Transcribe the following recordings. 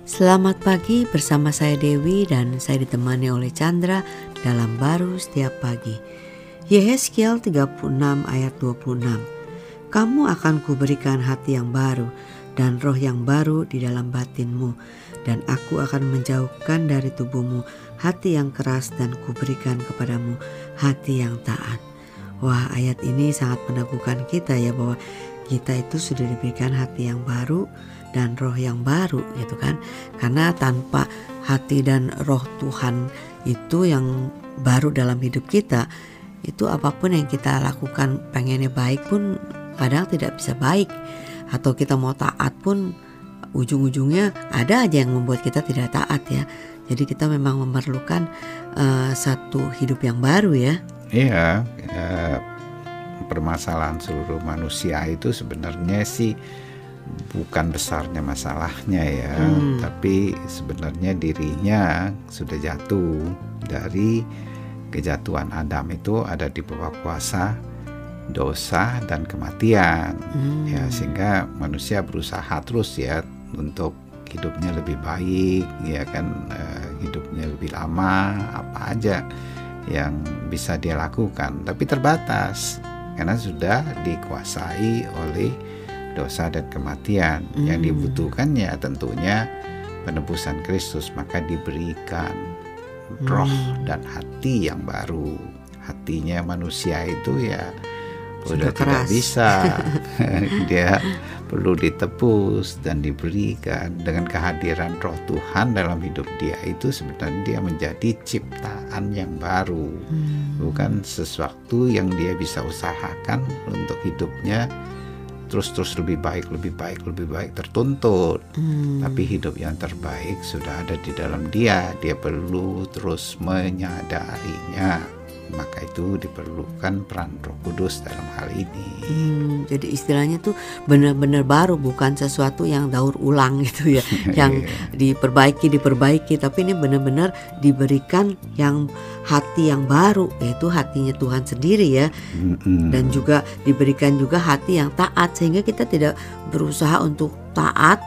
Selamat pagi, bersama saya Dewi dan saya ditemani oleh Chandra dalam Baru Setiap Pagi. Yehezkiel 36 ayat 26. Kamu akan kuberikan hati yang baru dan roh yang baru di dalam batinmu, dan aku akan menjauhkan dari tubuhmu hati yang keras dan kuberikan kepadamu hati yang taat. Wah, ayat ini sangat meneguhkan kita ya, bahwa kita itu sudah diberikan hati yang baru dan roh yang baru gitu kan. Karena tanpa hati dan roh Tuhan itu yang baru dalam hidup kita, itu apapun yang kita lakukan pengennya baik pun kadang tidak bisa baik. Atau kita mau taat pun ujung-ujungnya ada aja yang membuat kita tidak taat ya. Jadi kita memang memerlukan satu hidup yang baru ya. Iya, permasalahan seluruh manusia itu sebenarnya sih bukan besarnya masalahnya ya, tapi sebenarnya dirinya sudah jatuh. Dari kejatuhan Adam itu ada di bawah kuasa dosa dan kematian, ya, sehingga manusia berusaha terus ya untuk hidupnya lebih baik, ya kan, hidupnya lebih lama, apa aja yang bisa dia lakukan, tapi terbatas karena sudah dikuasai oleh dosa dan kematian. Yang dibutuhkan ya tentunya penebusan Kristus, maka diberikan roh dan hati yang baru. Hatinya manusia itu ya sudah tidak bisa. Dia perlu ditebus dan diberikan. Dengan kehadiran roh Tuhan dalam hidup dia itu sebenarnya dia menjadi ciptaan yang baru, bukan sesuatu yang dia bisa usahakan untuk hidupnya terus lebih baik tertuntut. Tapi hidup yang terbaik sudah ada di dalam dia. Dia perlu terus menyadarinya. Maka itu diperlukan peran Roh Kudus dalam hal ini. Jadi istilahnya tuh benar-benar baru, bukan sesuatu yang daur ulang gitu ya, yang diperbaiki, tapi ini benar-benar diberikan yang hati yang baru, yaitu hatinya Tuhan sendiri ya. Dan juga diberikan juga hati yang taat, sehingga kita tidak berusaha untuk taat,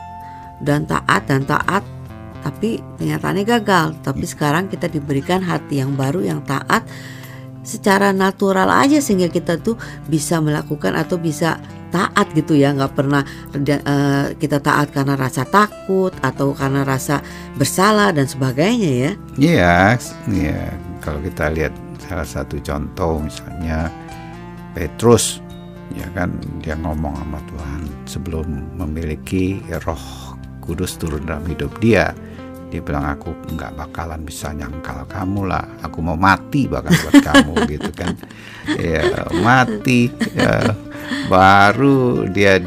tapi kenyataannya gagal. Tapi sekarang kita diberikan hati yang baru yang taat secara natural aja, sehingga kita tuh bisa melakukan atau bisa taat gitu ya. Nggak pernah kita taat karena rasa takut atau karena rasa bersalah dan sebagainya ya. Iya, kalau kita lihat salah satu contoh misalnya Petrus, ya kan, dia ngomong sama Tuhan sebelum memiliki Roh Kudus turun dalam hidup dia. Dia bilang, aku nggak bakalan bisa nyangkal kamu lah, aku mau mati bahkan buat kamu gitu kan. Ya, mati ya, baru dia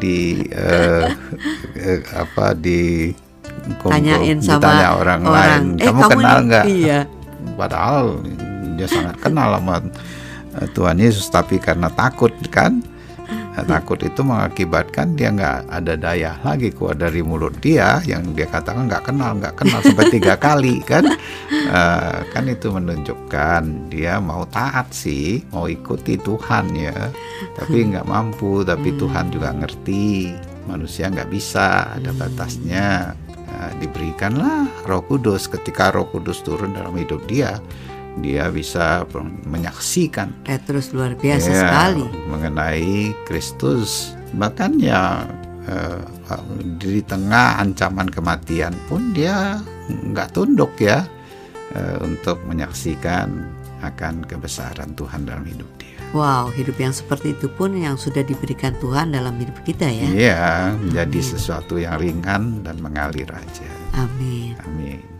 ditanya orang lain, kamu kenal nggak? Iya. Padahal dia sangat kenal sama Tuhan Yesus, tapi karena takut kan. Takut itu mengakibatkan dia nggak ada daya lagi keluar dari mulut dia, yang dia katakan nggak kenal sampai 3 kali kan. Kan itu menunjukkan dia mau taat sih, mau ikuti Tuhan ya, tapi nggak mampu. Tapi Tuhan juga ngerti manusia nggak bisa, ada batasnya. Diberikanlah Roh Kudus. Ketika Roh Kudus turun dalam hidup dia bisa menyaksikan Petrus luar biasa sekali mengenai Kristus. Bahkan ya di tengah ancaman kematian pun dia nggak tunduk ya, untuk menyaksikan akan kebesaran Tuhan dalam hidup dia. Wow, hidup yang seperti itu pun yang sudah diberikan Tuhan dalam hidup kita ya. Iya, menjadi sesuatu yang ringan dan mengalir aja. Amin. Amin.